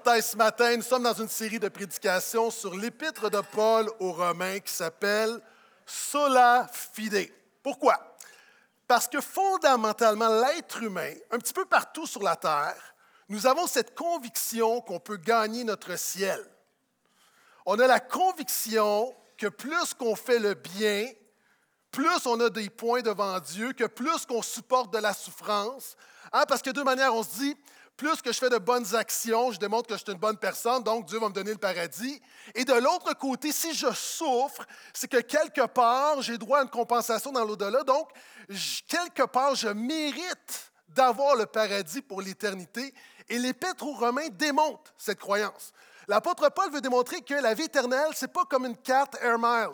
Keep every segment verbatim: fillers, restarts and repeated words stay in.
baptême ce matin. Nous sommes dans une série de prédications sur l'épître de Paul aux Romains qui s'appelle Sola Fide. Pourquoi? Parce que fondamentalement, l'être humain, un petit peu partout sur la terre, nous avons cette conviction qu'on peut gagner notre ciel. On a la conviction que plus qu'on fait le bien, plus on a des points devant Dieu, que plus qu'on supporte de la souffrance. Hein, parce que de deux manières, on se dit, plus que je fais de bonnes actions, je démontre que je suis une bonne personne, donc Dieu va me donner le paradis. Et de l'autre côté, si je souffre, c'est que quelque part, j'ai droit à une compensation dans l'au-delà. Donc, je, quelque part, je mérite d'avoir le paradis pour l'éternité. Et l'Épître aux Romains démontre cette croyance. L'apôtre Paul veut démontrer que la vie éternelle, ce n'est pas comme une carte Air Miles.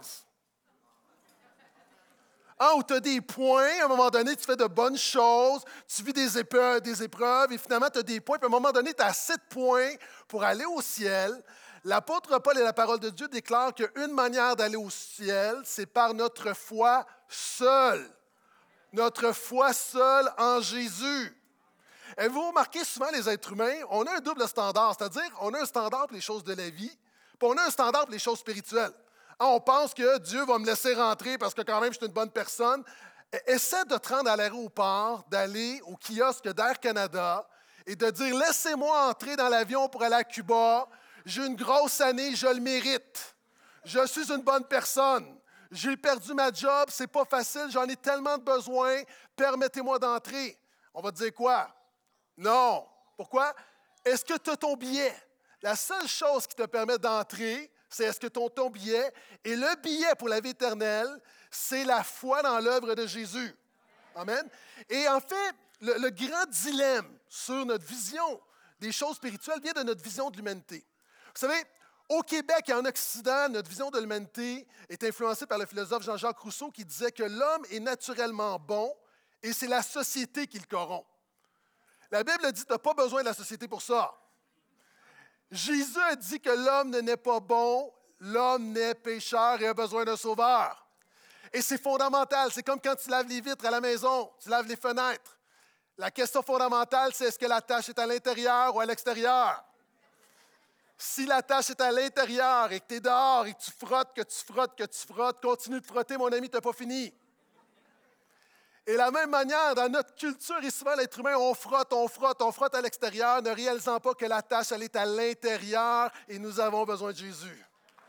Hein, où tu as des points, à un moment donné, tu fais de bonnes choses, tu vis des épreuves, des épreuves et finalement, tu as des points, puis à un moment donné, tu as assez de points pour aller au ciel. L'apôtre Paul et la parole de Dieu déclarent qu'une manière d'aller au ciel, c'est par notre foi seule. Notre foi seule en Jésus. Et vous remarquez souvent, les êtres humains, on a un double standard, c'est-à-dire on a un standard pour les choses de la vie, puis on a un standard pour les choses spirituelles. On pense que Dieu va me laisser rentrer parce que quand même je suis une bonne personne. Essaie de te rendre à l'aéroport, d'aller au kiosque d'Air Canada et de dire « Laissez-moi entrer dans l'avion pour aller à Cuba. J'ai une grosse année, je le mérite. Je suis une bonne personne. J'ai perdu ma job, c'est pas facile, j'en ai tellement de besoins. Permettez-moi d'entrer. » On va te dire quoi? Non. Pourquoi? Est-ce que tu as ton billet? La seule chose qui te permet d'entrer, c'est est-ce que tu as ton billet? Et le billet pour la vie éternelle, c'est la foi dans l'œuvre de Jésus. Amen. Et en fait, le, le grand dilemme sur notre vision des choses spirituelles vient de notre vision de l'humanité. Vous savez, au Québec et en Occident, notre vision de l'humanité est influencée par le philosophe Jean-Jacques Rousseau qui disait que l'homme est naturellement bon et c'est la société qui le corrompt. La Bible dit que tu n'as pas besoin de la société pour ça. Jésus a dit que l'homme ne naît pas bon, l'homme naît pécheur et a besoin d'un sauveur. Et c'est fondamental. C'est comme quand tu laves les vitres à la maison, tu laves les fenêtres. La question fondamentale, c'est est-ce que la tâche est à l'intérieur ou à l'extérieur? Si la tâche est à l'intérieur et que tu es dehors et que tu frottes, que tu frottes, que tu frottes, continue de frotter, mon ami, tu n'as pas fini. Et de la même manière, dans notre culture, et souvent l'être humain, on frotte, on frotte, on frotte à l'extérieur, ne réalisant pas que la tâche, elle est à l'intérieur et nous avons besoin de Jésus.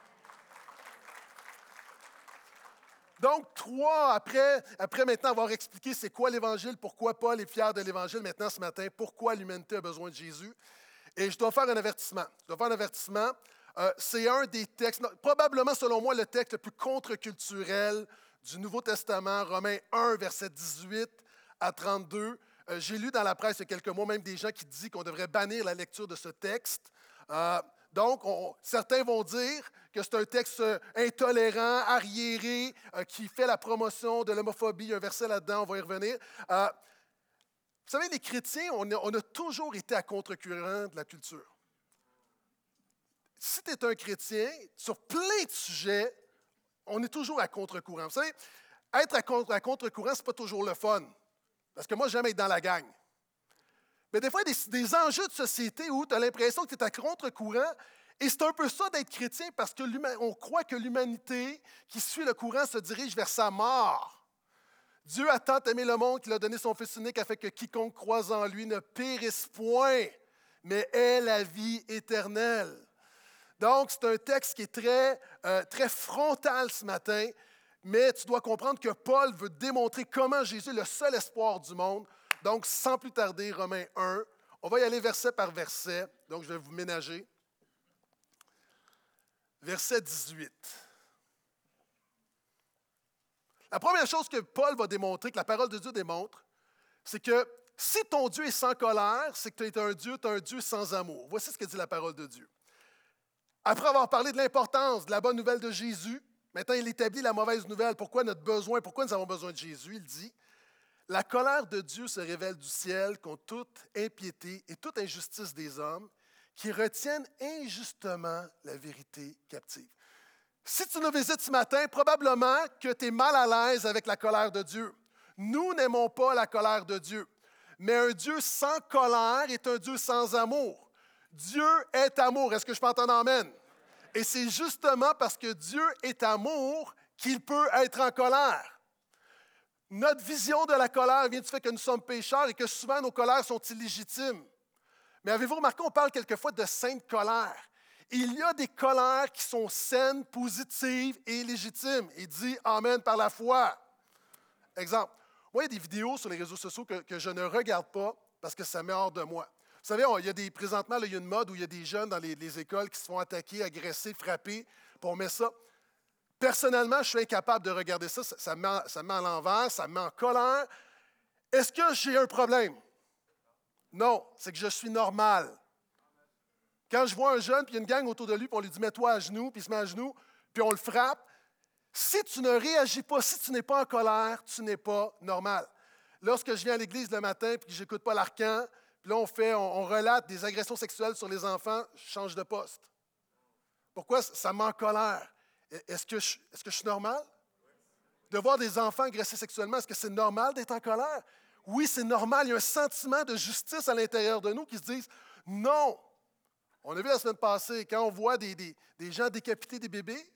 Donc, trois, après, après maintenant avoir expliqué c'est quoi l'Évangile, pourquoi Paul est fier de l'Évangile, maintenant ce matin, pourquoi l'humanité a besoin de Jésus. Et je dois faire un avertissement. Je dois faire un avertissement. Euh, c'est un des textes, probablement selon moi, le texte le plus contre-culturel du Nouveau Testament, Romains un, versets dix-huit à trente-deux. Euh, j'ai lu dans la presse il y a quelques mois même des gens qui disent qu'on devrait bannir la lecture de ce texte. Euh, donc, on, certains vont dire que c'est un texte intolérant, arriéré, euh, qui fait la promotion de l'homophobie. Il y a un verset là-dedans, on va y revenir. Euh, vous savez, les chrétiens, on a, on a toujours été à contre-courant de la culture. Si tu es un chrétien, sur plein de sujets, on est toujours à contre-courant. Vous savez, être à, contre, à contre-courant, ce n'est pas toujours le fun. Parce que moi, j'aime être dans la gang. Mais des fois, il y a des, des enjeux de société où tu as l'impression que tu es à contre-courant. Et c'est un peu ça d'être chrétien parce qu'on croit que l'humanité qui suit le courant se dirige vers sa mort. Dieu a tant aimé le monde qu'il a donné son Fils unique afin que quiconque croise en lui ne périsse point, mais ait la vie éternelle. Donc, c'est un texte qui est très, euh, très frontal ce matin, mais tu dois comprendre que Paul veut démontrer comment Jésus est le seul espoir du monde. Donc, sans plus tarder, Romains un, on va y aller verset par verset, donc je vais vous ménager. Verset dix-huit. La première chose que Paul va démontrer, que la parole de Dieu démontre, c'est que si ton Dieu est sans colère, c'est que tu es un Dieu, tu es un Dieu sans amour. Voici ce que dit la parole de Dieu. Après avoir parlé de l'importance de la bonne nouvelle de Jésus, maintenant il établit la mauvaise nouvelle. Pourquoi notre besoin, pourquoi nous avons besoin de Jésus? Il dit, la colère de Dieu se révèle du ciel contre toute impiété et toute injustice des hommes qui retiennent injustement la vérité captive. Si tu nous visites ce matin, probablement que tu es mal à l'aise avec la colère de Dieu. Nous n'aimons pas la colère de Dieu, mais un Dieu sans colère est un Dieu sans amour. Dieu est amour. Est-ce que je peux entendre amen? Et c'est justement parce que Dieu est amour qu'il peut être en colère. Notre vision de la colère vient du fait que nous sommes pécheurs et que souvent nos colères sont illégitimes. Mais avez-vous remarqué, on parle quelquefois de sainte colère. Il y a des colères qui sont saines, positives et légitimes. Il dit « Amen » par la foi. Exemple, moi, il y a des vidéos sur les réseaux sociaux que, que je ne regarde pas parce que ça met hors de moi. Vous savez, on, il y a des, présentement, là, il y a une mode où il y a des jeunes dans les, les écoles qui se font attaquer, agresser, frapper, puis on met ça. Personnellement, je suis incapable de regarder ça. Ça, ça, me, met, ça me met à l'envers, ça me met en colère. Est-ce que j'ai un problème? Non, c'est que je suis normal. Quand je vois un jeune, puis il y a une gang autour de lui, puis on lui dit « mets-toi à genoux », puis il se met à genoux, puis on le frappe. Si tu ne réagis pas, si tu n'es pas en colère, tu n'es pas normal. Lorsque je viens à l'église le matin, puis que je n'écoute pas l'arcan, puis là, on, fait, on, on relate des agressions sexuelles sur les enfants, je change de poste. Pourquoi? Ça me met en colère. Est-ce que, je, est-ce que je suis normal? De voir des enfants agressés sexuellement, est-ce que c'est normal d'être en colère? Oui, c'est normal. Il y a un sentiment de justice à l'intérieur de nous qui se disent « non ». On a vu la semaine passée, quand on voit des, des, des gens décapiter des bébés,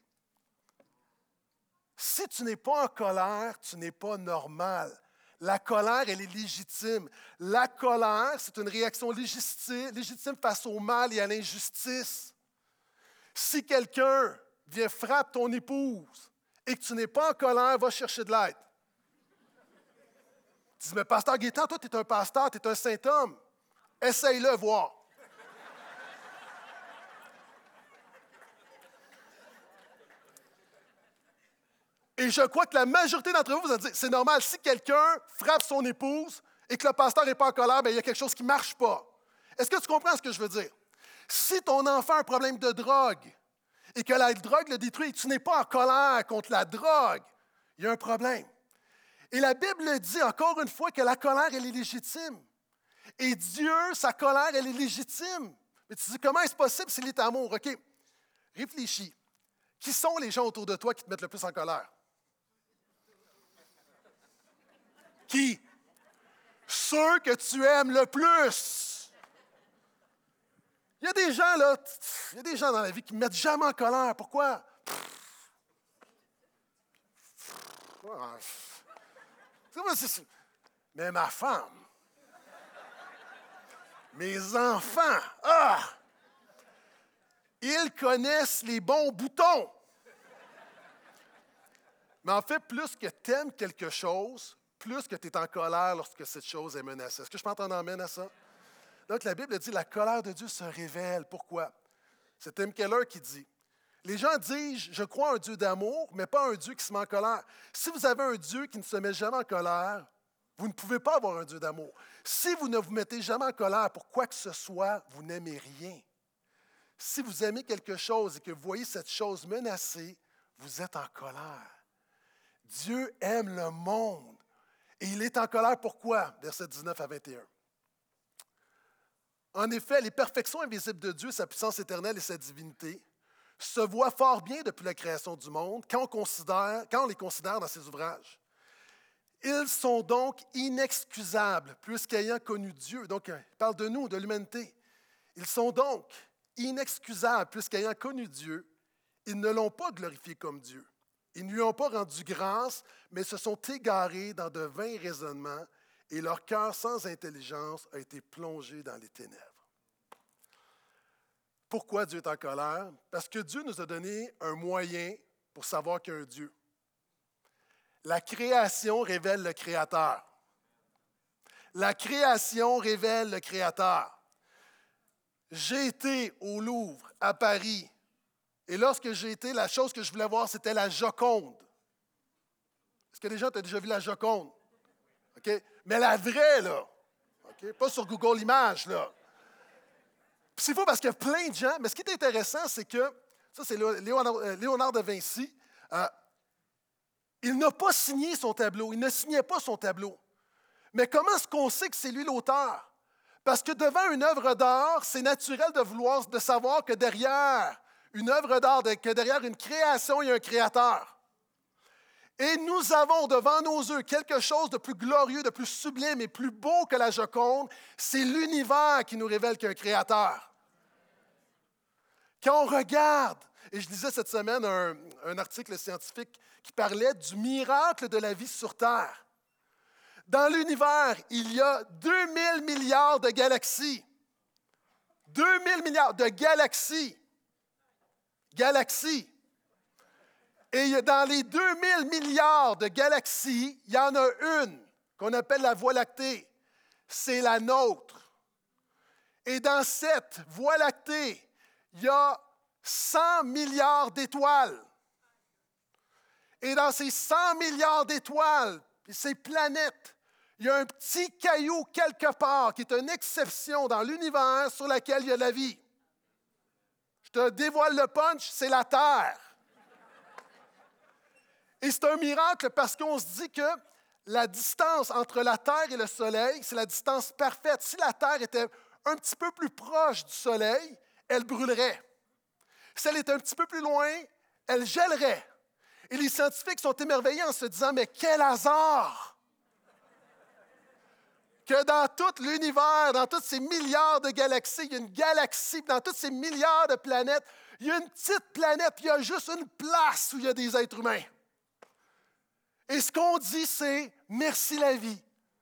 si tu n'es pas en colère, tu n'es pas normal. La colère, elle est légitime. La colère, c'est une réaction légitime, légitime face au mal et à l'injustice. Si quelqu'un vient frapper ton épouse et que tu n'es pas en colère, va chercher de l'aide. Tu dis, mais pasteur Gaétan, toi, tu es un pasteur, tu es un saint homme. Essaye-le, voir. Et je crois que la majorité d'entre vous, vous allez dire, c'est normal, si quelqu'un frappe son épouse et que le pasteur n'est pas en colère, bien, il y a quelque chose qui ne marche pas. Est-ce que tu comprends ce que je veux dire? Si ton enfant a un problème de drogue et que la drogue le détruit et que tu n'es pas en colère contre la drogue, il y a un problème. Et la Bible dit encore une fois que la colère, elle est légitime. Et Dieu, sa colère, elle est légitime. Mais tu te dis, comment est-ce possible s'il est amour? OK, réfléchis. Qui sont les gens autour de toi qui te mettent le plus en colère? Qui? Ceux que tu aimes le plus. Il y a des gens, là, il y a des gens dans la vie qui ne me mettent jamais en colère. Pourquoi? Mais ma femme, mes enfants, ah! Ils connaissent les bons boutons. Mais en fait, plus que tu aimes quelque chose, plus que tu es en colère lorsque cette chose est menacée. Est-ce que je peux entendre amène à ça? Donc, la Bible dit, la colère de Dieu se révèle. Pourquoi? C'est Tim Keller qui dit, les gens disent, je crois à un Dieu d'amour, mais pas un Dieu qui se met en colère. Si vous avez un Dieu qui ne se met jamais en colère, vous ne pouvez pas avoir un Dieu d'amour. Si vous ne vous mettez jamais en colère pour quoi que ce soit, vous n'aimez rien. Si vous aimez quelque chose et que vous voyez cette chose menacée, vous êtes en colère. Dieu aime le monde. Et il est en colère pourquoi? Versets dix-neuf à vingt et un. En effet, les perfections invisibles de Dieu, sa puissance éternelle et sa divinité, se voient fort bien depuis la création du monde quand on, considère, quand on les considère dans ses ouvrages. Ils sont donc inexcusables, puisqu'ayant connu Dieu. Donc, il parle de nous, de l'humanité. Ils sont donc inexcusables, puisqu'ayant connu Dieu, ils ne l'ont pas glorifié comme Dieu. Ils ne lui ont pas rendu grâce, mais se sont égarés dans de vains raisonnements, et leur cœur sans intelligence a été plongé dans les ténèbres. Pourquoi Dieu est en colère? Parce que Dieu nous a donné un moyen pour savoir qu'il y a un Dieu. La création révèle le Créateur. La création révèle le Créateur. J'ai été au Louvre, à Paris, et lorsque j'ai été, la chose que je voulais voir, c'était la Joconde. Est-ce que les gens ont déjà vu la Joconde? Okay? Mais la vraie, là. Okay? Pas sur Google Images, là. Puis c'est faux parce qu'il y a plein de gens, mais ce qui est intéressant, c'est que, ça c'est Léonard, Léonard de Vinci, euh, il n'a pas signé son tableau, il ne signait pas son tableau. Mais comment est-ce qu'on sait que c'est lui l'auteur? Parce que devant une œuvre d'art, c'est naturel de vouloir, de savoir que derrière une œuvre d'art, que derrière une création, il y a un créateur. Et nous avons devant nos yeux quelque chose de plus glorieux, de plus sublime et plus beau que la Joconde. C'est l'univers qui nous révèle qu'il y a un créateur. Quand on regarde, et je lisais cette semaine un, un article scientifique qui parlait du miracle de la vie sur Terre. Dans l'univers, il y a deux mille milliards de galaxies. deux mille milliards de galaxies. Galaxies. Et dans les deux mille milliards de galaxies, il y en a une qu'on appelle la Voie lactée. C'est la nôtre. Et dans cette Voie lactée, il y a cent milliards d'étoiles. Et dans ces cent milliards d'étoiles, ces planètes, il y a un petit caillou quelque part qui est une exception dans l'univers sur laquelle il y a de la vie. Je te dévoile le punch, c'est la Terre. Et c'est un miracle parce qu'on se dit que la distance entre la Terre et le Soleil, c'est la distance parfaite. Si la Terre était un petit peu plus proche du Soleil, elle brûlerait. Si elle était un petit peu plus loin, elle gèlerait. Et les scientifiques sont émerveillés en se disant, mais quel hasard! Que dans tout l'univers, dans tous ces milliards de galaxies, il y a une galaxie, dans tous ces milliards de planètes, il y a une petite planète, il y a juste une place où il y a des êtres humains. Et ce qu'on dit, c'est « merci la vie ».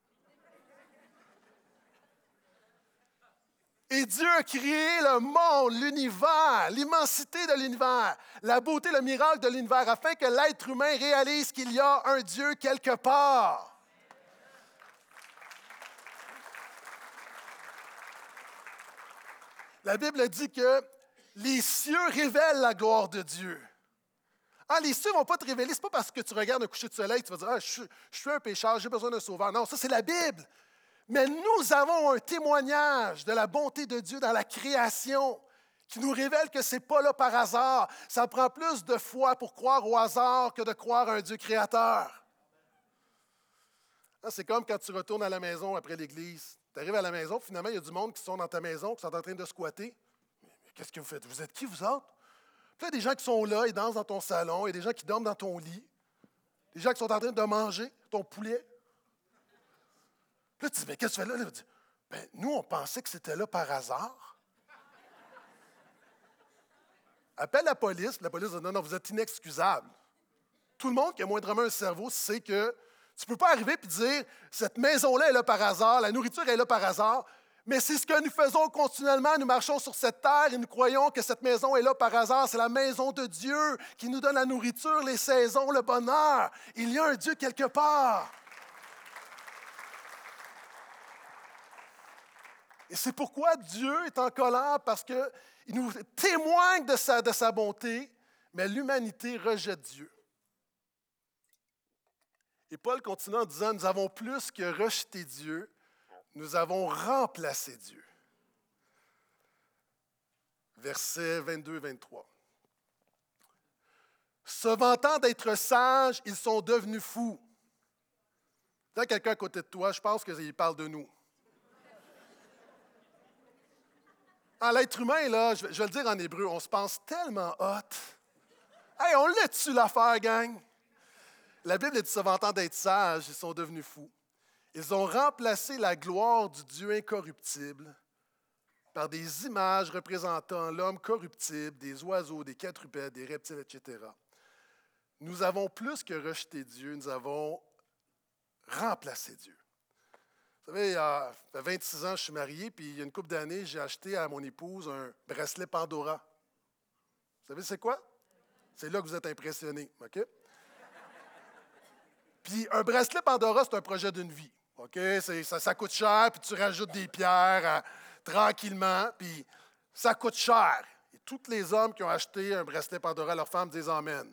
Et Dieu a créé le monde, l'univers, l'immensité de l'univers, la beauté, le miracle de l'univers, afin que l'être humain réalise qu'il y a un Dieu quelque part. La Bible dit que les cieux révèlent la gloire de Dieu. Ah, les cieux ne vont pas te révéler, ce n'est pas parce que tu regardes un coucher de soleil que tu vas dire ah, je, je suis un pécheur, j'ai besoin d'un sauveur. Non, ça c'est la Bible. Mais nous avons un témoignage de la bonté de Dieu dans la création qui nous révèle que ce n'est pas là par hasard. Ça prend plus de foi pour croire au hasard que de croire à un Dieu créateur. Ah, c'est comme quand tu retournes à la maison après l'église. Tu arrives à la maison, finalement, il y a du monde qui sont dans ta maison, qui sont en train de squatter. Mais qu'est-ce que vous faites? Vous êtes qui, vous autres? Puis il y a des gens qui sont là, ils dansent dans ton salon, il y a des gens qui dorment dans ton lit, des gens qui sont en train de manger ton poulet. Puis là, tu dis, mais qu'est-ce que tu fais là? là? Tu dis, ben, nous, on pensait que c'était là par hasard. Appelle la police, puis la police dit, non, non, vous êtes inexcusable. Tout le monde qui a moindrement un cerveau sait que tu ne peux pas arriver et dire, cette maison-là est là par hasard, la nourriture est là par hasard, mais c'est ce que nous faisons continuellement. Nous marchons sur cette terre et nous croyons que cette maison est là par hasard. C'est la maison de Dieu qui nous donne la nourriture, les saisons, le bonheur. Il y a un Dieu quelque part. Et c'est pourquoi Dieu est en colère, parce qu'il nous témoigne de sa, de sa bonté, mais l'humanité rejette Dieu. Et Paul continue en disant, nous avons plus que rejeté Dieu, nous avons remplacé Dieu. Versets vingt-deux vingt-trois. Se vantant d'être sages, ils sont devenus fous. Là, quelqu'un à côté de toi, je pense qu'il parle de nous. Ah, l'être humain, là, je vais, je vais le dire en hébreu, on se pense tellement hot. Hey, on l'a dessus l'affaire, gang. La Bible dit se vantant d'être sages, ils sont devenus fous. Ils ont remplacé la gloire du Dieu incorruptible par des images représentant l'homme corruptible, des oiseaux, des quadrupèdes, des reptiles, et cetera. Nous avons plus que rejeté Dieu, nous avons remplacé Dieu. Vous savez, il y a vingt-six ans, je suis marié, puis il y a une couple d'années, j'ai acheté à mon épouse un bracelet Pandora. Vous savez c'est quoi? C'est là que vous êtes impressionnés, OK? Puis un bracelet Pandora, c'est un projet d'une vie. OK? C'est, ça, ça coûte cher, puis tu rajoutes des pierres euh, tranquillement, puis ça coûte cher. Et tous les hommes qui ont acheté un bracelet Pandora, leurs femmes disent Amen.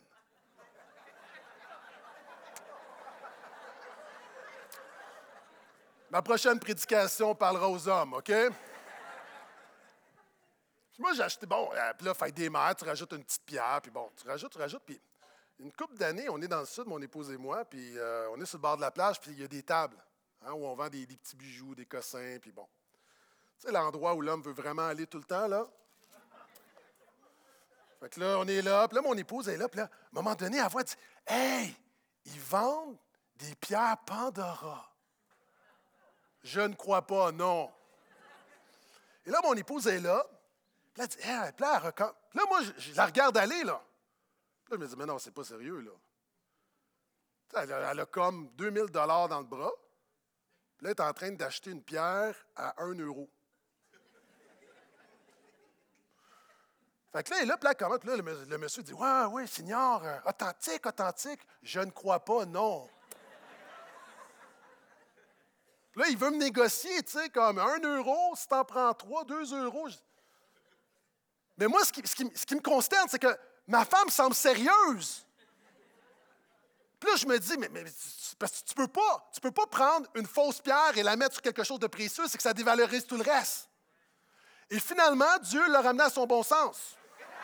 Ma prochaine prédication parlera aux hommes, OK? Puis moi, j'ai acheté, bon, euh, puis là, fête des mères, tu rajoutes une petite pierre, puis bon, tu rajoutes, tu rajoutes, puis une couple d'années, on est dans le sud, mon épouse et moi, puis euh, on est sur le bord de la plage, puis il y a des tables hein, où on vend des, des petits bijoux, des cossins, puis bon. Tu sais, l'endroit où l'homme veut vraiment aller tout le temps, là. Fait que là, on est là, puis là, mon épouse est là, puis là, à un moment donné, elle voit, elle dit « Hey, ils vendent des pierres Pandora. » Je ne crois pas, non. Et là, mon épouse est là, Puis là, elle dit, hey, puis là, elle recomm- puis là, moi, je, je la regarde aller, là. Puis là, je me dis, mais non, c'est pas sérieux, là. Elle a, elle a comme deux mille dollars dans le bras. Puis là, elle est en train d'acheter une pierre à un euro. Fait que là, elle est là, puis là, comment, puis là, le, le monsieur dit, ouais, oui, Seigneur, euh, authentique, authentique. Je ne crois pas, non. Puis là, il veut me négocier, tu sais, comme un euro, si t'en prends trois, deux euros. Je... Mais moi, ce qui, ce qui, ce qui me consterne, c'est que ma femme semble sérieuse. Puis là, je me dis, mais, mais parce que tu peux pas, tu peux pas prendre une fausse pierre et la mettre sur quelque chose de précieux, c'est que ça dévalorise tout le reste. Et finalement, Dieu l'a ramené à son bon sens.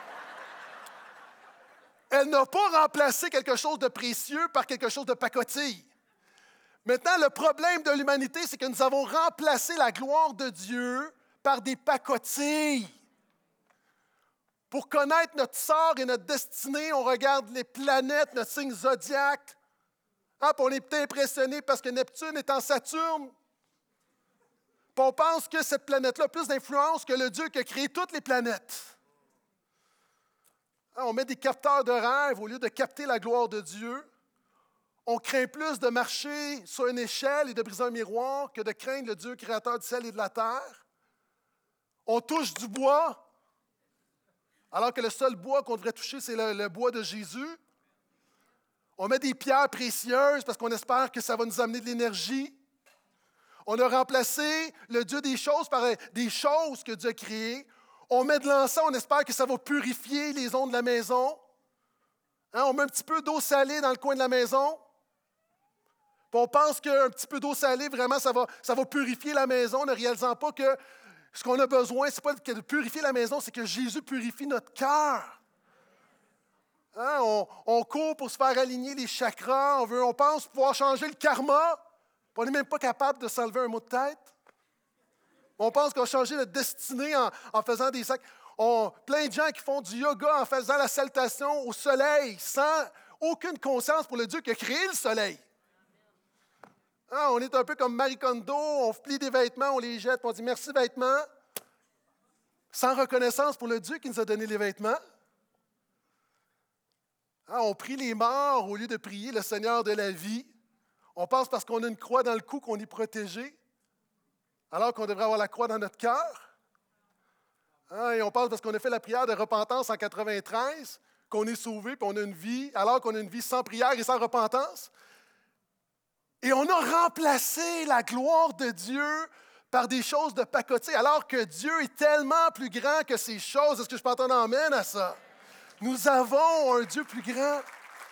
Elle n'a pas remplacé quelque chose de précieux par quelque chose de pacotille. Maintenant, le problème de l'humanité, c'est que nous avons remplacé la gloire de Dieu par des pacotilles. Pour connaître notre sort et notre destinée, on regarde les planètes, notre signe zodiaque. Ah, puis on est peut-être impressionné parce que Neptune est en Saturne. Puis on pense que cette planète-là a plus d'influence que le Dieu qui a créé toutes les planètes. Ah, on met des capteurs de rêve au lieu de capter la gloire de Dieu. On craint plus de marcher sur une échelle et de briser un miroir que de craindre le Dieu créateur du ciel et de la terre. On touche du bois, alors que le seul bois qu'on devrait toucher, c'est le, le bois de Jésus. On met des pierres précieuses parce qu'on espère que ça va nous amener de l'énergie. On a remplacé le Dieu des choses par des choses que Dieu a créées. On met de l'encens, on espère que ça va purifier les ondes de la maison. Hein, on met un petit peu d'eau salée dans le coin de la maison. Puis on pense qu'un petit peu d'eau salée, vraiment, ça va, ça va purifier la maison, ne réalisant pas que ce qu'on a besoin, ce n'est pas de purifier la maison, c'est que Jésus purifie notre cœur. Hein, on, on court pour se faire aligner les chakras, on, veut, on pense pouvoir changer le karma, puis on n'est même pas capable de s'enlever un mot de tête. On pense qu'on va changer notre destinée en, en faisant des sacs. On, plein de gens qui font du yoga en faisant la salutation au soleil, sans aucune conscience pour le Dieu qui a créé le soleil. Hein, on est un peu comme Marie Kondo, on plie des vêtements, on les jette, puis on dit merci vêtements, sans reconnaissance pour le Dieu qui nous a donné les vêtements. Hein, on prie les morts au lieu de prier le Seigneur de la vie. On pense parce qu'on a une croix dans le cou qu'on est protégé, alors qu'on devrait avoir la croix dans notre cœur. Hein, et on pense parce qu'on a fait la prière de repentance en quatre-vingt-treize, qu'on est sauvé, puis on a une vie, alors qu'on a une vie sans prière et sans repentance. Et on a remplacé la gloire de Dieu par des choses de pacotille, alors que Dieu est tellement plus grand que ces choses. Est-ce que je peux entendre amène à ça? Nous avons un Dieu plus grand.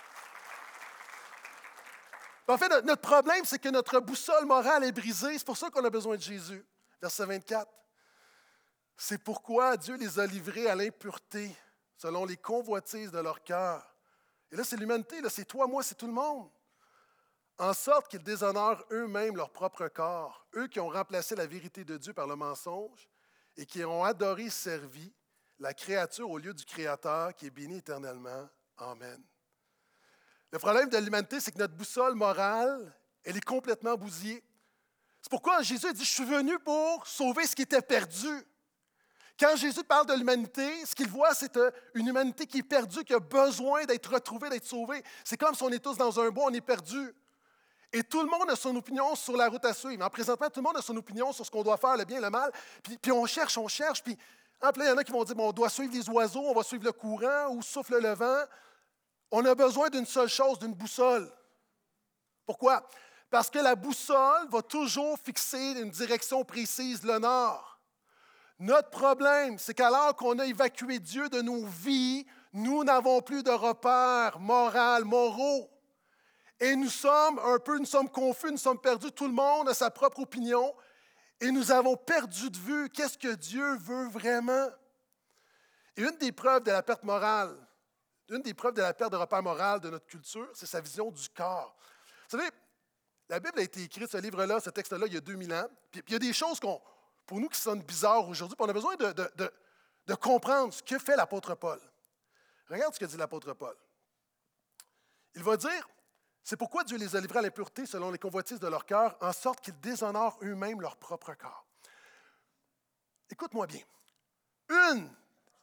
En fait, notre problème, c'est que notre boussole morale est brisée. C'est pour ça qu'on a besoin de Jésus. Verset vingt-quatre. C'est pourquoi Dieu les a livrés à l'impureté, selon les convoitises de leur cœur. Et là, c'est l'humanité, là, c'est toi, moi, c'est tout le monde. En sorte qu'ils déshonorent eux-mêmes leur propre corps, eux qui ont remplacé la vérité de Dieu par le mensonge et qui ont adoré, servi la créature au lieu du Créateur qui est béni éternellement. Amen. Le problème de l'humanité, c'est que notre boussole morale, elle est complètement bousillée. C'est pourquoi Jésus a dit, je suis venu pour sauver ce qui était perdu. Quand Jésus parle de l'humanité, ce qu'il voit, c'est une humanité qui est perdue, qui a besoin d'être retrouvée, d'être sauvée. C'est comme si on est tous dans un bois, on est perdu. Et tout le monde a son opinion sur la route à suivre. En présentement, tout le monde a son opinion sur ce qu'on doit faire, le bien, le mal. Puis, puis on cherche, on cherche. Puis, hein, puis là, il y en a qui vont dire, bon, on doit suivre les oiseaux, on va suivre le courant, ou souffle le vent. On a besoin d'une seule chose, d'une boussole. Pourquoi? Parce que la boussole va toujours fixer une direction précise, le nord. Notre problème, c'est qu'alors qu'on a évacué Dieu de nos vies, nous n'avons plus de repères moraux, moraux. Et nous sommes un peu, nous sommes confus, nous sommes perdus. Tout le monde a sa propre opinion. Et nous avons perdu de vue qu'est-ce que Dieu veut vraiment. Et une des preuves de la perte morale, une des preuves de la perte de repère moral de notre culture, c'est sa vision du corps. Vous savez, la Bible a été écrite, ce livre-là, ce texte-là, il y a deux mille ans. Puis, puis il y a des choses qu'on, pour nous qui sonnent bizarres aujourd'hui, puis on a besoin de, de, de, de comprendre ce que fait l'apôtre Paul. Regarde ce que dit l'apôtre Paul. Il va dire, c'est pourquoi Dieu les a livrés à l'impureté selon les convoitises de leur cœur, en sorte qu'ils déshonorent eux-mêmes leur propre corps. Écoute-moi bien. Une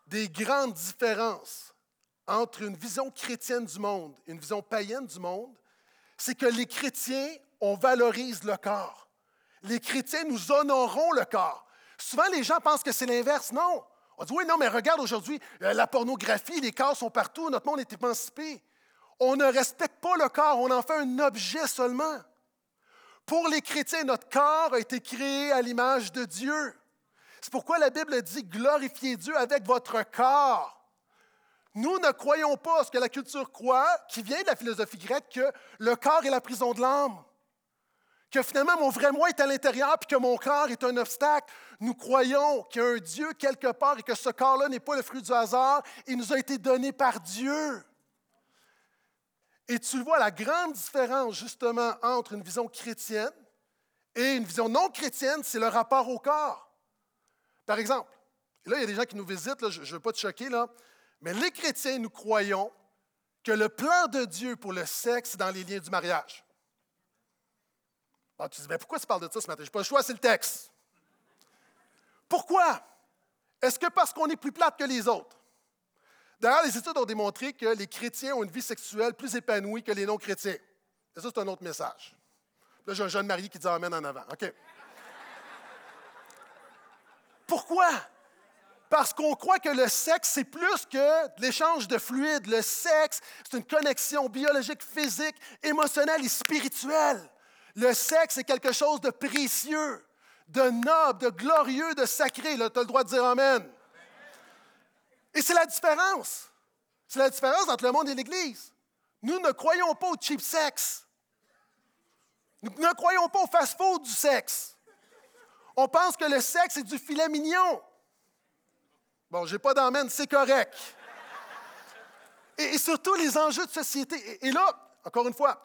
des grandes différences entre une vision chrétienne du monde et une vision païenne du monde, c'est que les chrétiens, on valorise le corps. Les chrétiens, nous honorons le corps. Souvent, les gens pensent que c'est l'inverse. Non. On dit, oui, non, mais regarde aujourd'hui, la pornographie, les corps sont partout, notre monde est émancipé. On ne respecte pas le corps, on en fait un objet seulement. Pour les chrétiens, notre corps a été créé à l'image de Dieu. C'est pourquoi la Bible dit « Glorifiez Dieu avec votre corps ». Nous ne croyons pas ce que la culture croit, qui vient de la philosophie grecque, que le corps est la prison de l'âme. Que finalement, mon vrai moi est à l'intérieur puis que mon corps est un obstacle. Nous croyons qu'il y a un Dieu quelque part et que ce corps-là n'est pas le fruit du hasard. Il nous a été donné par Dieu. Et tu vois la grande différence, justement, entre une vision chrétienne et une vision non chrétienne, c'est le rapport au corps. Par exemple, là, il y a des gens qui nous visitent, là, je ne veux pas te choquer, là, mais les chrétiens, nous croyons que le plan de Dieu pour le sexe, c'est dans les liens du mariage. Bon, tu dis, mais pourquoi tu parles de ça ce matin? Je n'ai pas le choix, c'est le texte. Pourquoi? Est-ce que parce qu'on est plus plate que les autres? D'ailleurs, les études ont démontré que les chrétiens ont une vie sexuelle plus épanouie que les non-chrétiens. Et ça, c'est un autre message. Là, j'ai un jeune marié qui dit « Amen » en avant. OK. Pourquoi? Parce qu'on croit que le sexe, c'est plus que de l'échange de fluides. Le sexe, c'est une connexion biologique, physique, émotionnelle et spirituelle. Le sexe est quelque chose de précieux, de noble, de glorieux, de sacré. Là, tu as le droit de dire « Amen ». Et c'est la différence. C'est la différence entre le monde et l'Église. Nous ne croyons pas au cheap sex. Nous ne croyons pas au fast-food du sexe. On pense que le sexe est du filet mignon. Bon, je n'ai pas d'emmène, c'est correct. Et, et surtout les enjeux de société. Et, et là, encore une fois,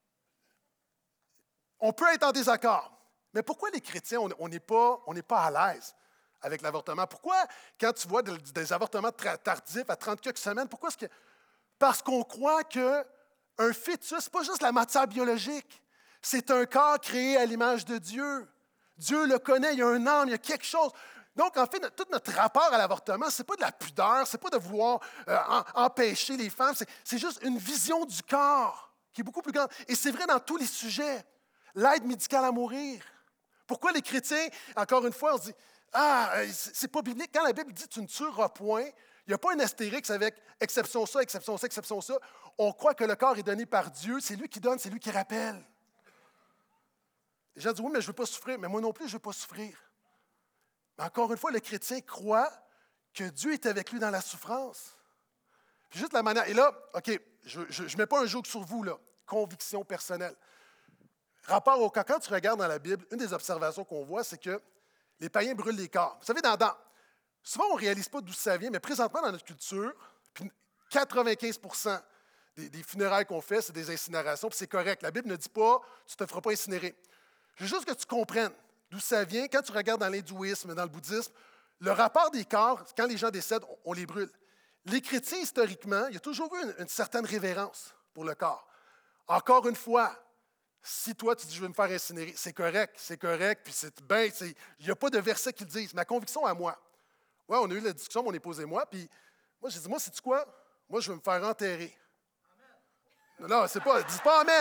on peut être en désaccord. Mais pourquoi les chrétiens, on n'est pas, on n'est pas à l'aise avec l'avortement? Pourquoi, quand tu vois des, des avortements tardifs à trente quelques semaines, pourquoi est-ce que... Parce qu'on croit qu'un fœtus, ce n'est pas juste la matière biologique, c'est un corps créé à l'image de Dieu. Dieu le connaît, il y a un âme, il y a quelque chose. Donc, en fait, notre, tout notre rapport à l'avortement, ce n'est pas de la pudeur, ce n'est pas de vouloir euh, en, empêcher les femmes, c'est, c'est juste une vision du corps qui est beaucoup plus grande. Et c'est vrai dans tous les sujets. L'aide médicale à mourir. Pourquoi les chrétiens, encore une fois, on se dit « Ah, c'est pas biblique. » Quand la Bible dit « Tu ne tueras point », il n'y a pas un astérix avec exception ça, exception ça, exception ça. On croit que le corps est donné par Dieu. C'est lui qui donne, c'est lui qui rappelle. Les gens disent « Oui, mais je ne veux pas souffrir. » Mais moi non plus, je ne veux pas souffrir. Mais encore une fois, le chrétien croit que Dieu est avec lui dans la souffrance. Puis juste la manière... Et là, OK, je ne mets pas un joug sur vous, là. Conviction personnelle. Rapport au corps, quand tu regardes dans la Bible, une des observations qu'on voit, c'est que les païens brûlent les corps. Vous savez, dans, dans, souvent, on ne réalise pas d'où ça vient, mais présentement, dans notre culture, puis quatre-vingt-quinze pour cent des, des funérailles qu'on fait, c'est des incinérations, puis c'est correct. La Bible ne dit pas « tu ne te feras pas incinérer ». Je veux juste que tu comprennes d'où ça vient. Quand tu regardes dans l'hindouisme, dans le bouddhisme, le rapport des corps, quand les gens décèdent, on, on les brûle. Les chrétiens, historiquement, il y a toujours eu une, une certaine révérence pour le corps. Encore une fois, si toi, tu dis « je vais me faire incinérer », c'est correct, c'est correct, puis c'est bien, il n'y a pas de verset qui le dise. Ma conviction à moi, ouais, on a eu la discussion, mon épouse et moi, puis moi, j'ai dit « moi, sais-tu quoi? Moi, je vais me faire enterrer. » Non, non, c'est pas, dis pas « Amen ».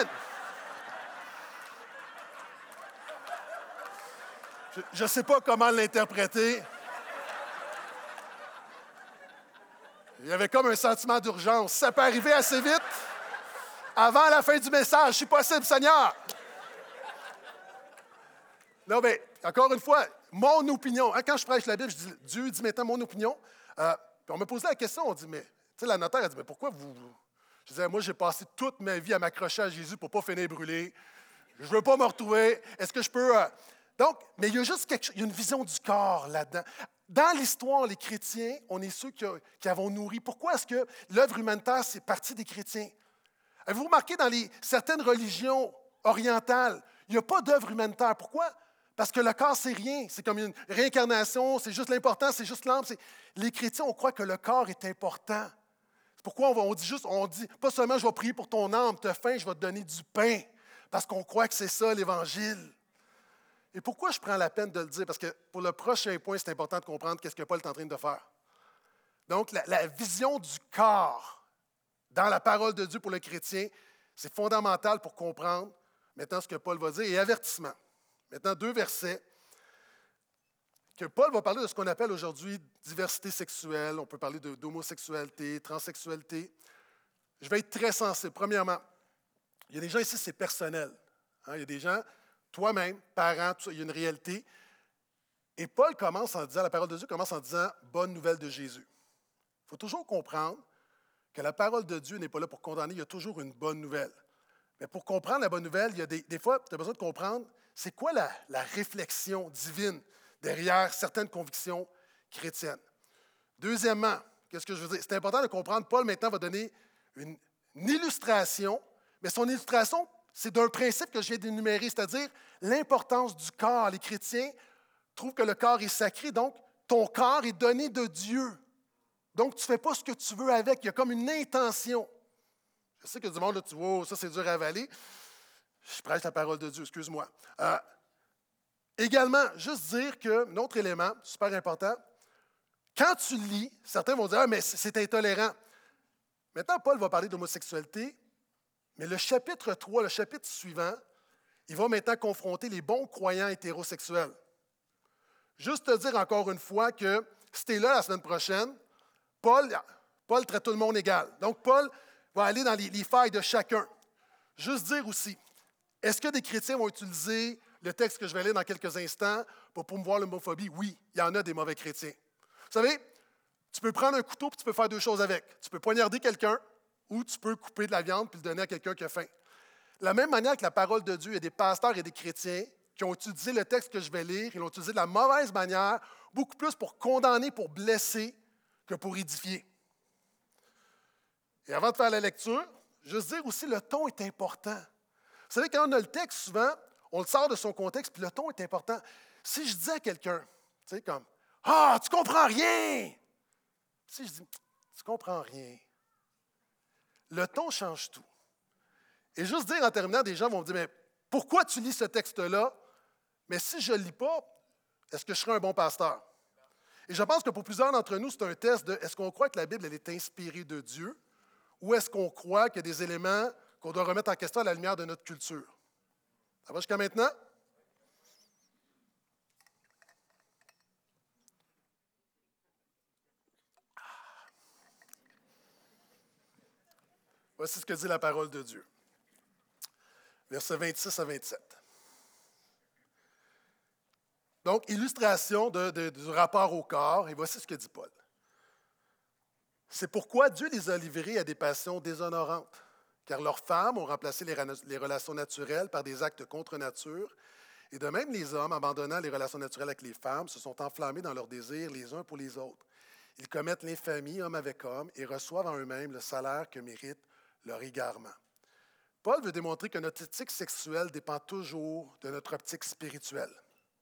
Je ne sais pas comment l'interpréter. Il y avait comme un sentiment d'urgence. Ça peut arriver assez vite. Avant la fin du message, si possible, Seigneur. Non, mais encore une fois, mon opinion. Hein, quand je prêche la Bible, je dis Dieu dit maintenant mon opinion. Euh, puis on me posait la question, on dit, mais, tu sais, la notaire a dit, mais pourquoi vous. Je disais, moi, j'ai passé toute ma vie à m'accrocher à Jésus pour ne pas finir brûlé. Je ne veux pas me retrouver. Est-ce que je peux. Euh... Donc, mais il y a juste quelque chose, il y a une vision du corps là-dedans. Dans l'histoire, les chrétiens, on est ceux qui, qui avons nourri. Pourquoi est-ce que l'œuvre humanitaire, c'est partie des chrétiens? Avez-vous remarqué dans les, certaines religions orientales, il n'y a pas d'œuvre humanitaire. Pourquoi? Parce que le corps, c'est rien. C'est comme une réincarnation, c'est juste l'important, c'est juste l'âme. C'est... Les chrétiens, on croit que le corps est important. C'est pourquoi on, va, on dit juste, on dit pas seulement je vais prier pour ton âme, tu as faim, je vais te donner du pain. Parce qu'on croit que c'est ça l'Évangile. Et pourquoi je prends la peine de le dire? Parce que pour le prochain point, c'est important de comprendre qu'est-ce que Paul est en train de faire. Donc, la, la vision du corps dans la parole de Dieu pour le chrétien, c'est fondamental pour comprendre maintenant ce que Paul va dire. Et avertissement. Maintenant, deux versets que Paul va parler de ce qu'on appelle aujourd'hui diversité sexuelle. On peut parler de, d'homosexualité, transsexualité. Je vais être très sensible. Premièrement, il y a des gens ici, c'est personnel. Hein, il y a des gens, toi-même, parents, tout ça, il y a une réalité. Et Paul commence en disant, la parole de Dieu commence en disant « bonne nouvelle de Jésus ». Il faut toujours comprendre que la parole de Dieu n'est pas là pour condamner, il y a toujours une bonne nouvelle. Mais pour comprendre la bonne nouvelle, il y a des, des fois, tu as besoin de comprendre c'est quoi la, la réflexion divine derrière certaines convictions chrétiennes. Deuxièmement, qu'est-ce que je veux dire? C'est important de comprendre, Paul maintenant va donner une, une illustration, mais son illustration, c'est d'un principe que je viens d'énumérer, c'est-à-dire l'importance du corps. Les chrétiens trouvent que le corps est sacré, donc ton corps est donné de Dieu. Donc, tu ne fais pas ce que tu veux avec. Il y a comme une intention. Je sais que du monde, là, tu vois, oh, ça c'est dur à avaler. Je prêche la parole de Dieu, excuse-moi. Euh, également, juste dire que, un autre élément, super important, quand tu lis, certains vont dire, ah, mais c'est intolérant. Maintenant, Paul va parler d'homosexualité, mais le chapitre trois, le chapitre suivant, il va maintenant confronter les bons croyants hétérosexuels. Juste te dire encore une fois que si tu es là la semaine prochaine, Paul, Paul traite tout le monde égal. Donc, Paul va aller dans les, les failles de chacun. Juste dire aussi, est-ce que des chrétiens vont utiliser le texte que je vais lire dans quelques instants pour promouvoir l'homophobie? Oui, il y en a des mauvais chrétiens. Vous savez, tu peux prendre un couteau et tu peux faire deux choses avec. Tu peux poignarder quelqu'un ou tu peux couper de la viande puis le donner à quelqu'un qui a faim. De la même manière que la parole de Dieu, il y a des pasteurs et des chrétiens qui ont utilisé le texte que je vais lire, ils l'ont utilisé de la mauvaise manière, beaucoup plus pour condamner, pour blesser, que pour édifier. Et avant de faire la lecture, juste dire aussi, le ton est important. Vous savez, quand on a le texte, souvent, on le sort de son contexte, puis le ton est important. Si je dis à quelqu'un, tu sais, comme « Ah, tu comprends rien! » Si je dis « Tu comprends rien », le ton change tout. Et juste dire en terminant, des gens vont me dire « Mais pourquoi tu lis ce texte-là? Mais si je ne le lis pas, est-ce que je serai un bon pasteur? » Et je pense que pour plusieurs d'entre nous, c'est un test de est-ce qu'on croit que la Bible elle est inspirée de Dieu ou est-ce qu'on croit qu'il y a des éléments qu'on doit remettre en question à la lumière de notre culture? Ça va jusqu'à maintenant? Voici ce que dit la parole de Dieu. Versets vingt-six à vingt-sept. Donc, illustration de, de, du rapport au corps, et voici ce que dit Paul. C'est pourquoi Dieu les a livrés à des passions déshonorantes, car leurs femmes ont remplacé les, les relations naturelles par des actes contre nature, et de même les hommes, abandonnant les relations naturelles avec les femmes, se sont enflammés dans leurs désirs les uns pour les autres. Ils commettent l'infamie, homme avec homme, et reçoivent en eux-mêmes le salaire que mérite leur égarement. Paul veut démontrer que notre éthique sexuelle dépend toujours de notre optique spirituelle.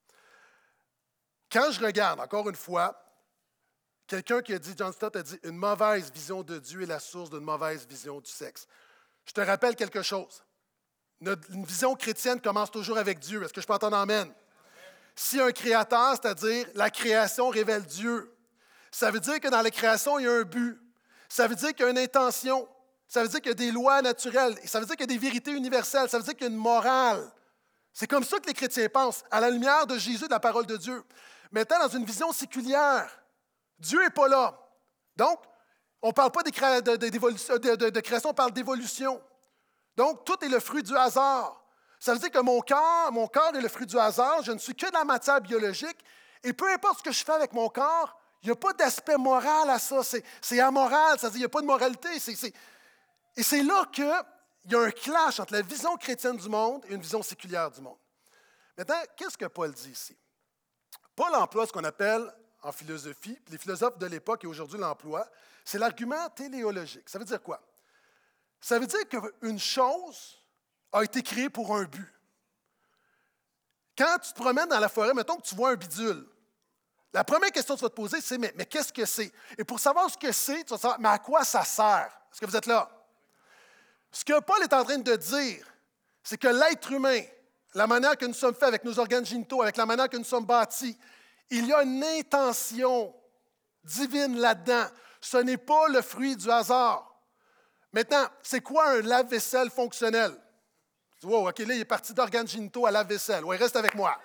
Quand je regarde, encore une fois, quelqu'un qui a dit, John Stott a dit, une mauvaise vision de Dieu est la source d'une mauvaise vision du sexe. Je te rappelle quelque chose. Notre, une vision chrétienne commence toujours avec Dieu. Est-ce que je peux entendre amen? Amen. Si un créateur, c'est-à-dire la création révèle Dieu, ça veut dire que dans la création, il y a un but. Ça veut dire qu'il y a une intention. Ça veut dire qu'il y a des lois naturelles. Et ça veut dire qu'il y a des vérités universelles. Ça veut dire qu'il y a une morale. C'est comme ça que les chrétiens pensent, à la lumière de Jésus, de la parole de Dieu. Maintenant, dans une vision séculière, Dieu n'est pas là. Donc, on ne parle pas de, de, de, de, de création, on parle d'évolution. Donc, tout est le fruit du hasard. Ça veut dire que mon corps, mon corps est le fruit du hasard, je ne suis que de la matière biologique, et peu importe ce que je fais avec mon corps, il n'y a pas d'aspect moral à ça, c'est, c'est amoral, ça veut dire qu'il n'y a pas de moralité. C'est, c'est, et c'est là qu'il y a un clash entre la vision chrétienne du monde et une vision séculière du monde. Maintenant, qu'est-ce que Paul dit ici? Paul emploie ce qu'on appelle en philosophie, puis les philosophes de l'époque et aujourd'hui l'emploient, c'est l'argument téléologique. Ça veut dire quoi? Ça veut dire qu'une chose a été créée pour un but. Quand tu te promènes dans la forêt, mettons que tu vois un bidule, la première question que tu vas te poser, c'est mais, mais qu'est-ce que c'est? Et pour savoir ce que c'est, tu vas savoir, mais à quoi ça sert? Est-ce que vous êtes là? Ce que Paul est en train de dire, c'est que l'être humain, la manière que nous sommes faits avec nos organes génitaux, avec la manière que nous sommes bâtis, il y a une intention divine là-dedans. Ce n'est pas le fruit du hasard. Maintenant, c'est quoi un lave-vaisselle fonctionnel? Wow, OK, là, il est parti d'organes génitaux à lave-vaisselle. Oui, reste avec moi.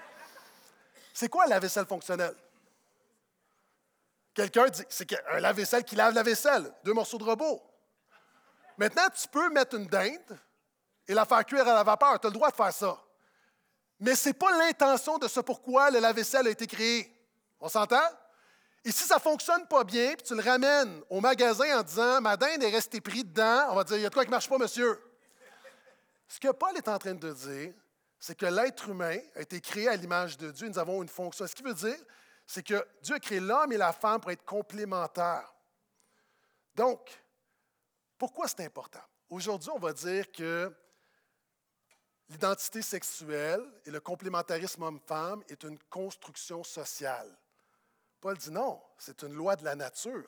C'est quoi un lave-vaisselle fonctionnel? Quelqu'un dit, c'est un lave-vaisselle qui lave la vaisselle. Deux morceaux de robot. Maintenant, tu peux mettre une dinde et la faire cuire à la vapeur. Tu as le droit de faire ça. Mais ce n'est pas l'intention de ce pourquoi le lave-vaisselle a été créé. On s'entend? Et si ça ne fonctionne pas bien, puis tu le ramènes au magasin en disant « Ma dinde est restée prise dedans », on va dire « Il y a de quoi qui ne marche pas, monsieur. » Ce que Paul est en train de dire, c'est que l'être humain a été créé à l'image de Dieu. Nous avons une fonction. Ce qui veut dire, c'est que Dieu a créé l'homme et la femme pour être complémentaires. Donc, pourquoi c'est important? Aujourd'hui, on va dire que l'identité sexuelle et le complémentarisme homme-femme est une construction sociale. Paul dit non, c'est une loi de la nature.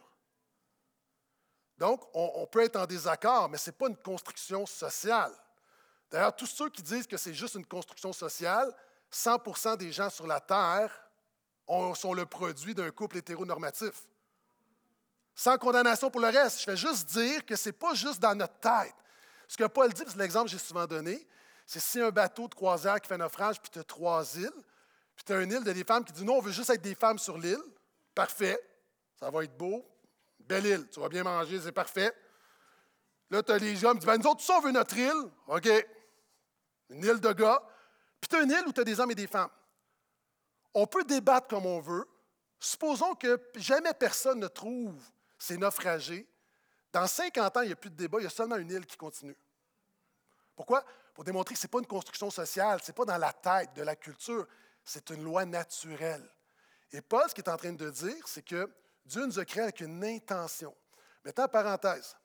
Donc, on, on peut être en désaccord, mais ce n'est pas une construction sociale. D'ailleurs, tous ceux qui disent que c'est juste une construction sociale, cent pour cent des gens sur la Terre ont, sont le produit d'un couple hétéronormatif. Sans condamnation pour le reste. Je fais juste dire que ce n'est pas juste dans notre tête. Ce que Paul dit, c'est l'exemple que j'ai souvent donné, c'est si un bateau de croisière qui fait naufrage, puis tu as trois îles, puis tu as une île de des femmes qui dit non, on veut juste être des femmes sur l'île. Parfait, ça va être beau. Belle île, tu vas bien manger, c'est parfait. Là, tu as les hommes qui disent ben, nous autres, tout ça, on veut notre île. OK. Une île de gars. Puis tu as une île où tu as des hommes et des femmes. On peut débattre comme on veut. Supposons que jamais personne ne trouve ces naufragés. Dans cinquante ans, il n'y a plus de débat, il y a seulement une île qui continue. Pourquoi? Pour démontrer que ce n'est pas une construction sociale, ce n'est pas dans la tête de la culture, c'est une loi naturelle. Et Paul, ce qu'il est en train de dire, c'est que Dieu nous a créés avec une intention. Maintenant, parenthèse.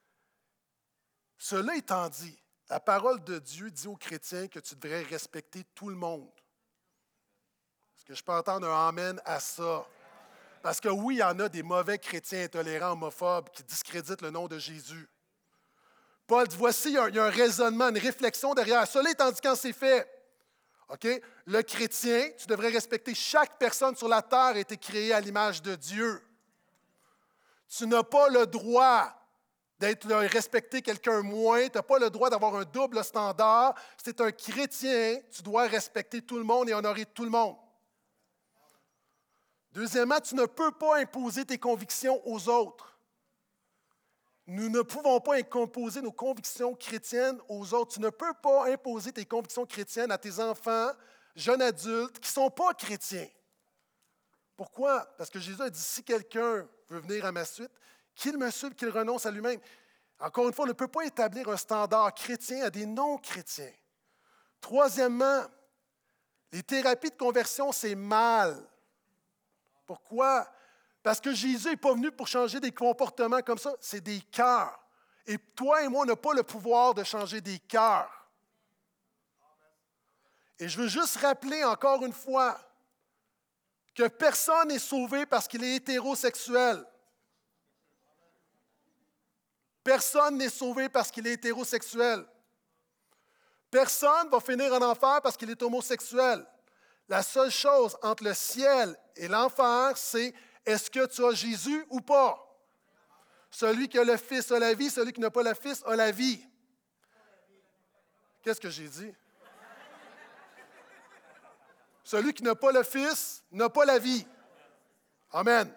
Cela étant dit, la parole de Dieu dit aux chrétiens que tu devrais respecter tout le monde. Est-ce que je peux entendre un amen à ça? Parce que oui, il y en a des mauvais chrétiens intolérants, homophobes, qui discréditent le nom de Jésus. Paul dit, voici, il y a un, il y a un raisonnement, une réflexion derrière. Cela étant dit, quand c'est fait, okay, le chrétien, tu devrais respecter chaque personne sur la terre a été créée à l'image de Dieu. Tu n'as pas le droit d'être respecter quelqu'un moins, tu n'as pas le droit d'avoir un double standard. Si tu es un chrétien, tu dois respecter tout le monde et honorer tout le monde. Deuxièmement, tu ne peux pas imposer tes convictions aux autres. Nous ne pouvons pas imposer nos convictions chrétiennes aux autres. Tu ne peux pas imposer tes convictions chrétiennes à tes enfants, jeunes adultes, qui ne sont pas chrétiens. Pourquoi? Parce que Jésus a dit, si quelqu'un veut venir à ma suite, qu'il me suive, qu'il renonce à lui-même. Encore une fois, on ne peut pas établir un standard chrétien à des non-chrétiens. Troisièmement, les thérapies de conversion, c'est mal. Pourquoi? Parce que Jésus n'est pas venu pour changer des comportements comme ça, c'est des cœurs. Et toi et moi, on n'a pas le pouvoir de changer des cœurs. Et je veux juste rappeler encore une fois que personne n'est sauvé parce qu'il est hétérosexuel. Personne n'est sauvé parce qu'il est hétérosexuel. Personne ne va finir en enfer parce qu'il est homosexuel. La seule chose entre le ciel et l'enfer, c'est est-ce que tu as Jésus ou pas? Celui qui a le Fils a la vie, celui qui n'a pas le Fils a la vie. Qu'est-ce que j'ai dit? Celui qui n'a pas le Fils n'a pas la vie. Amen.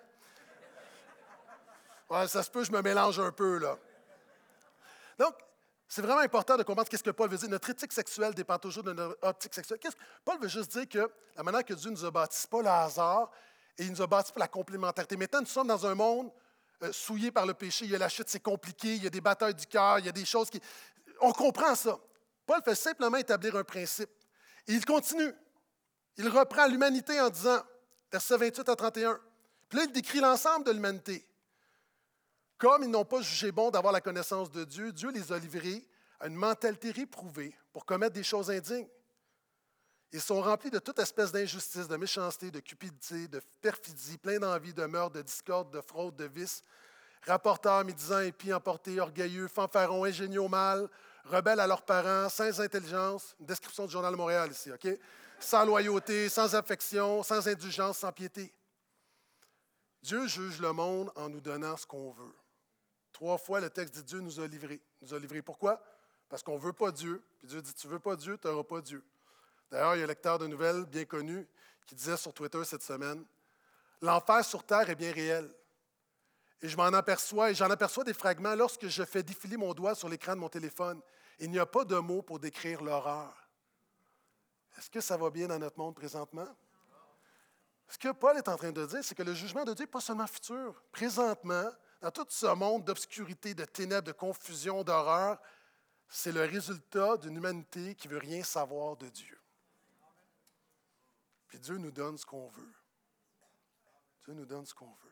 Ouais, ça se peut, je me mélange un peu, là. Donc, c'est vraiment important de comprendre ce que Paul veut dire. Notre éthique sexuelle dépend toujours de notre optique sexuelle. Qu'est-ce que Paul veut juste dire que la manière que Dieu nous a bâtis, ce n'est pas le hasard, et il nous a bâtis pour la complémentarité. Maintenant, nous sommes dans un monde euh, souillé par le péché. Il y a la chute, c'est compliqué, il y a des batailles du cœur, il y a des choses qui... On comprend ça. Paul fait simplement établir un principe. Et il continue. Il reprend l'humanité en disant, versets vingt-huit à trente et un, puis là, il décrit l'ensemble de l'humanité. Comme ils n'ont pas jugé bon d'avoir la connaissance de Dieu, Dieu les a livrés à une mentalité réprouvée pour commettre des choses indignes. Ils sont remplis de toute espèce d'injustice, de méchanceté, de cupidité, de perfidie, pleins d'envie, de meurtre, de discorde, de fraude, de vice, rapporteurs, médisants, impies, emportés, orgueilleux, fanfarons, ingénieux au mal, rebelles à leurs parents, sans intelligence, une description du Journal de Montréal ici, OK? Sans loyauté, sans affection, sans indulgence, sans piété. Dieu juge le monde en nous donnant ce qu'on veut. Trois fois, le texte dit Dieu nous a livrés. Il nous a livrés. Pourquoi? Parce qu'on ne veut pas Dieu. Puis Dieu dit, tu ne veux pas Dieu, tu n'auras pas Dieu. D'ailleurs, il y a un lecteur de nouvelles bien connu qui disait sur Twitter cette semaine, l'enfer sur terre est bien réel. Et je m'en aperçois, et j'en aperçois des fragments lorsque je fais défiler mon doigt sur l'écran de mon téléphone. Il n'y a pas de mots pour décrire l'horreur. Est-ce que ça va bien dans notre monde présentement? Ce que Paul est en train de dire, c'est que le jugement de Dieu n'est pas seulement futur. Présentement, dans tout ce monde d'obscurité, de ténèbres, de confusion, d'horreur, c'est le résultat d'une humanité qui ne veut rien savoir de Dieu. Puis Dieu nous donne ce qu'on veut. Dieu nous donne ce qu'on veut.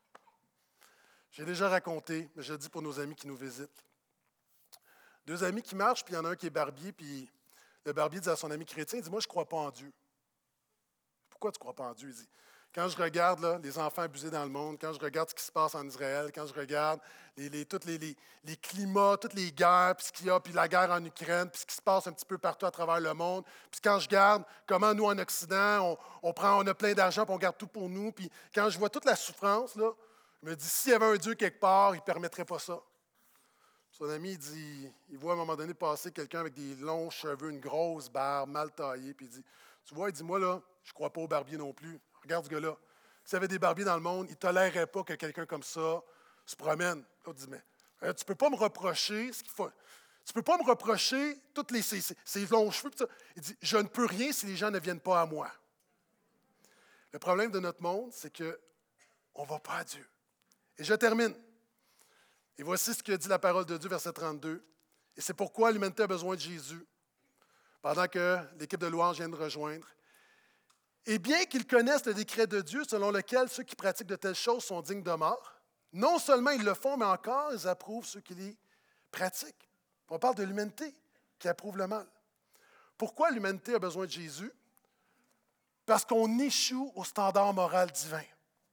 J'ai déjà raconté, mais je le dis pour nos amis qui nous visitent. Deux amis qui marchent, puis il y en a un qui est barbier, puis le barbier dit à son ami chrétien, il dit, moi, je ne crois pas en Dieu. Pourquoi tu ne crois pas en Dieu? Il dit, quand je regarde là, les enfants abusés dans le monde, quand je regarde ce qui se passe en Israël, quand je regarde les, les, tous les, les, les climats, toutes les guerres, puis ce qu'il y a, puis la guerre en Ukraine, puis ce qui se passe un petit peu partout à travers le monde, puis quand je regarde comment nous, en Occident, on, on, prend, on a plein d'argent, puis on garde tout pour nous, puis quand je vois toute la souffrance, là, je me dis, s'il y avait un Dieu quelque part, il ne permettrait pas ça. Son ami, il dit, il voit à un moment donné passer quelqu'un avec des longs cheveux, une grosse barbe, mal taillée, puis il dit, tu vois, il dit, moi, là, je ne crois pas aux barbiers non plus. Regarde ce gars-là. S'il y avait des barbiers dans le monde, il ne tolérerait pas que quelqu'un comme ça se promène. L'autre dit, mais hein, tu ne peux pas me reprocher ce qu'il faut. Tu ne peux pas me reprocher tous les, ces, ces longs cheveux. Ça. Il dit, je ne peux rien si les gens ne viennent pas à moi. Le problème de notre monde, c'est qu'on ne va pas à Dieu. Et je termine. Et voici ce que dit la parole de Dieu, verset trente-deux. Et c'est pourquoi l'humanité a besoin de Jésus, pendant que l'équipe de louange vient de rejoindre. Et bien qu'ils connaissent le décret de Dieu selon lequel ceux qui pratiquent de telles choses sont dignes de mort, non seulement ils le font, mais encore ils approuvent ceux qui les pratiquent. On parle de l'humanité qui approuve le mal. Pourquoi l'humanité a besoin de Jésus? Parce qu'on échoue au standard moral divin.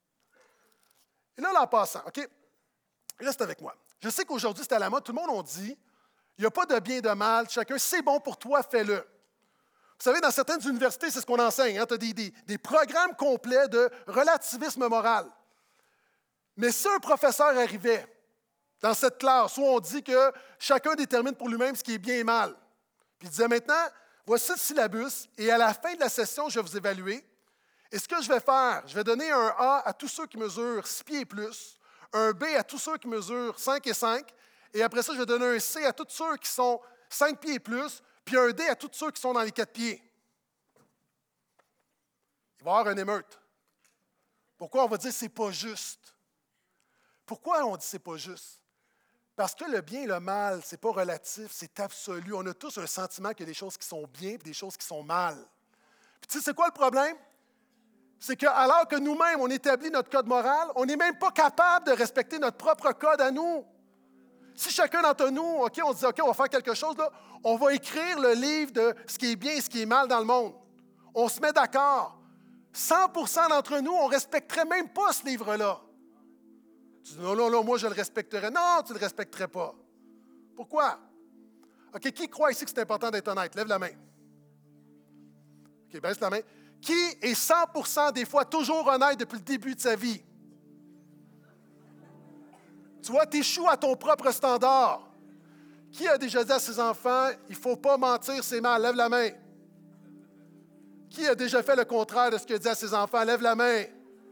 Et là, là en passant, OK, reste avec moi. Je sais qu'aujourd'hui, c'est à la mode, tout le monde a dit, il n'y a pas de bien et de mal, chacun, c'est bon pour toi, fais-le. Vous savez, dans certaines universités, c'est ce qu'on enseigne. Hein? Tu as des, des, des programmes complets de relativisme moral. Mais si un professeur arrivait dans cette classe où on dit que chacun détermine pour lui-même ce qui est bien et mal, puis il disait maintenant, voici le syllabus, et à la fin de la session, je vais vous évaluer. Et ce que je vais faire, je vais donner un A à tous ceux qui mesurent six pieds et plus, un B à tous ceux qui mesurent cinq et cinq, et après ça, je vais donner un C à tous ceux qui sont cinq pieds et plus, puis un D à tous ceux qui sont dans les quatre pieds. Il va y avoir une émeute. Pourquoi on va dire que ce n'est pas juste? Pourquoi on dit que ce n'est pas juste? Parce que le bien et le mal, ce n'est pas relatif, c'est absolu. On a tous un sentiment qu'il y a des choses qui sont bien et des choses qui sont mal. Puis tu sais, c'est quoi le problème? C'est qu'alors que nous-mêmes, on établit notre code moral, on n'est même pas capable de respecter notre propre code à nous. Si chacun d'entre nous, OK, on dit, OK, on va faire quelque chose, là, on va écrire le livre de ce qui est bien et ce qui est mal dans le monde. On se met d'accord. cent pour cent d'entre nous, on ne respecterait même pas ce livre-là. Tu dis, non, non, non, moi, je le respecterais. Non, tu ne le respecterais pas. Pourquoi? OK, qui croit ici que c'est important d'être honnête? Lève la main. OK, baisse la main. Qui est cent pour cent des fois toujours honnête depuis le début de sa vie? Tu vois, tu échoues à ton propre standard. Qui a déjà dit à ses enfants, il ne faut pas mentir, c'est mal? Lève la main. Qui a déjà fait le contraire de ce qu'il a dit à ses enfants? Lève la main.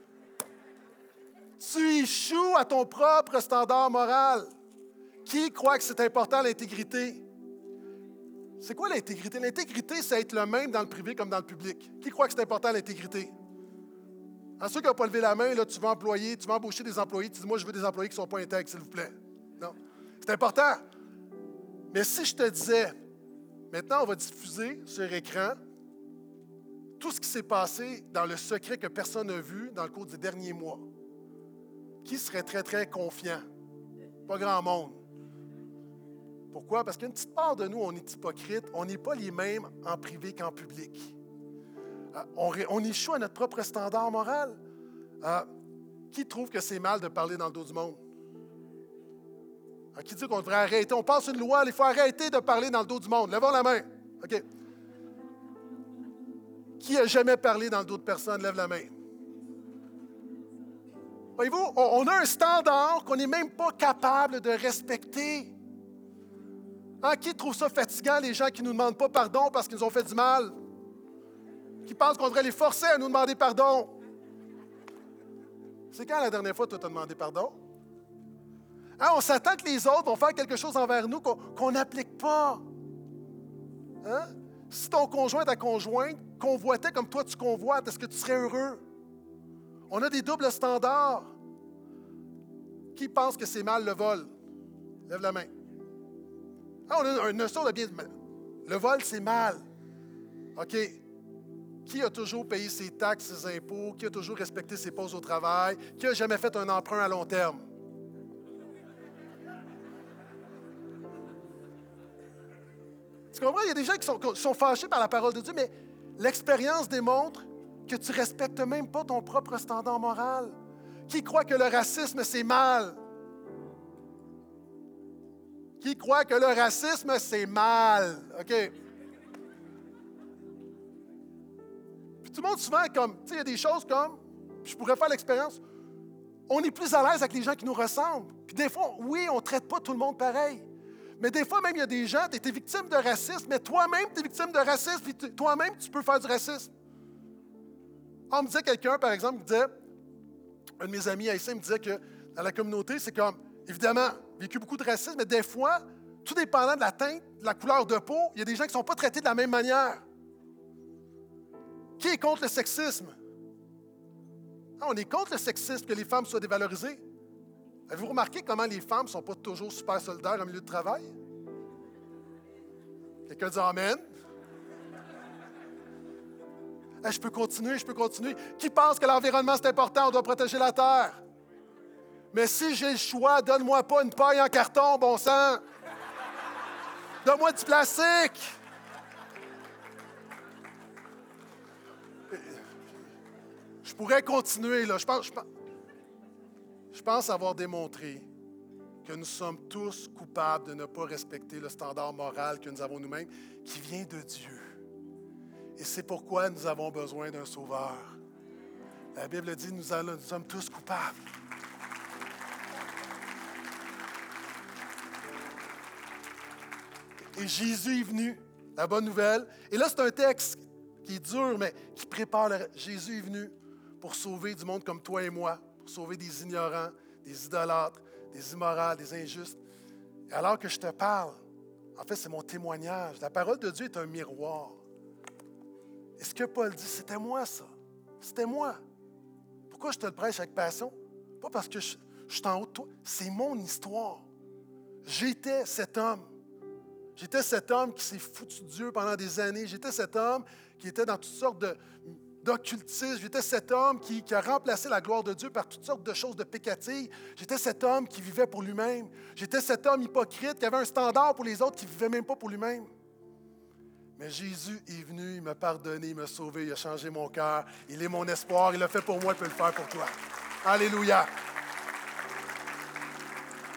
Tu échoues à ton propre standard moral. Qui croit que c'est important, l'intégrité? C'est quoi l'intégrité? L'intégrité, c'est être le même dans le privé comme dans le public. Qui croit que c'est important, l'intégrité? À ceux qui n'ont pas levé la main, là, tu vas employer, tu vas embaucher des employés, tu dis, moi, je veux des employés qui ne sont pas intègres, s'il vous plaît. Non. C'est important. Mais si je te disais, maintenant, on va diffuser sur écran tout ce qui s'est passé dans le secret que personne n'a vu dans le cours des derniers mois, qui serait très, très confiant? Pas grand monde. Pourquoi? Parce qu'une petite part de nous, on est hypocrite, on n'est pas les mêmes en privé qu'en public. On, on échoue à notre propre standard moral. Euh, qui trouve que c'est mal de parler dans le dos du monde? Euh, qui dit qu'on devrait arrêter? On passe une loi, il faut arrêter de parler dans le dos du monde. Lèvons la main. OK. Qui n'a jamais parlé dans le dos de personne? Lève la main. Voyez-vous, on, on a un standard qu'on n'est même pas capable de respecter. Hein, qui trouve ça fatigant, les gens qui ne nous demandent pas pardon parce qu'ils nous ont fait du mal? Qui pensent qu'on devrait les forcer à nous demander pardon? C'est quand la dernière fois, toi, tu as demandé pardon? Hein, on s'attend que les autres vont faire quelque chose envers nous qu'on n'applique pas. Hein? Si ton conjoint, ta conjointe, convoitait comme toi tu convoites, est-ce que tu serais heureux? On a des doubles standards. Qui pense que c'est mal le vol? Lève la main. Ah, on a une notion de bien. Le vol, c'est mal. OK. Qui a toujours payé ses taxes, ses impôts? Qui a toujours respecté ses pauses au travail? Qui n'a jamais fait un emprunt à long terme? Tu comprends? Il y a des gens qui sont, qui sont fâchés par la parole de Dieu, mais l'expérience démontre que tu ne respectes même pas ton propre standard moral. Qui croit que le racisme, c'est mal? Qui croit que le racisme, c'est mal? OK. Puis tout le monde souvent, comme, tu sais, il y a des choses comme, je pourrais faire l'expérience, on est plus à l'aise avec les gens qui nous ressemblent. Puis des fois, oui, on ne traite pas tout le monde pareil. Mais des fois, même, il y a des gens, tu es victime de racisme, mais toi-même, tu es victime de racisme, puis toi-même, tu peux faire du racisme. On me disait quelqu'un, par exemple, qui disait, un de mes amis haïtiens me disait que dans la communauté, c'est comme, évidemment, vécu beaucoup de racisme, mais des fois, tout dépendant de la teinte, de la couleur de peau, il y a des gens qui ne sont pas traités de la même manière. Qui est contre le sexisme? Ah, on est contre le sexisme, que les femmes soient dévalorisées. Avez-vous remarqué comment les femmes ne sont pas toujours super solidaires en milieu de travail? Quelqu'un dit Amen? Ah, je peux continuer, je peux continuer. Qui pense que l'environnement, c'est important, on doit protéger la terre? Mais si j'ai le choix, donne-moi pas une paille en carton, bon sang! Donne-moi du plastique! Je pourrais continuer, là. Je pense, je pense, je pense avoir démontré que nous sommes tous coupables de ne pas respecter le standard moral que nous avons nous-mêmes, qui vient de Dieu. Et c'est pourquoi nous avons besoin d'un sauveur. La Bible dit, nous, allons, nous sommes tous coupables. Et Jésus est venu, la bonne nouvelle. Et là, c'est un texte qui est dur, mais qui prépare. Le... Jésus est venu pour sauver du monde comme toi et moi, pour sauver des ignorants, des idolâtres, des immorales, des injustes. Et alors que je te parle, en fait, c'est mon témoignage. La parole de Dieu est un miroir. Et ce que Paul dit, c'était moi, ça. C'était moi. Pourquoi je te le prêche avec passion? Pas parce que je, je suis en haut de toi. C'est mon histoire. J'étais cet homme. J'étais cet homme qui s'est foutu de Dieu pendant des années. J'étais cet homme qui était dans toutes sortes de, d'occultisme. J'étais cet homme qui, qui a remplacé la gloire de Dieu par toutes sortes de choses de pécatives. J'étais cet homme qui vivait pour lui-même. J'étais cet homme hypocrite qui avait un standard pour les autres qui ne vivait même pas pour lui-même. Mais Jésus est venu, il m'a pardonné, il m'a sauvé, il a changé mon cœur. Il est mon espoir, il l'a fait pour moi, il peut le faire pour toi. Alléluia!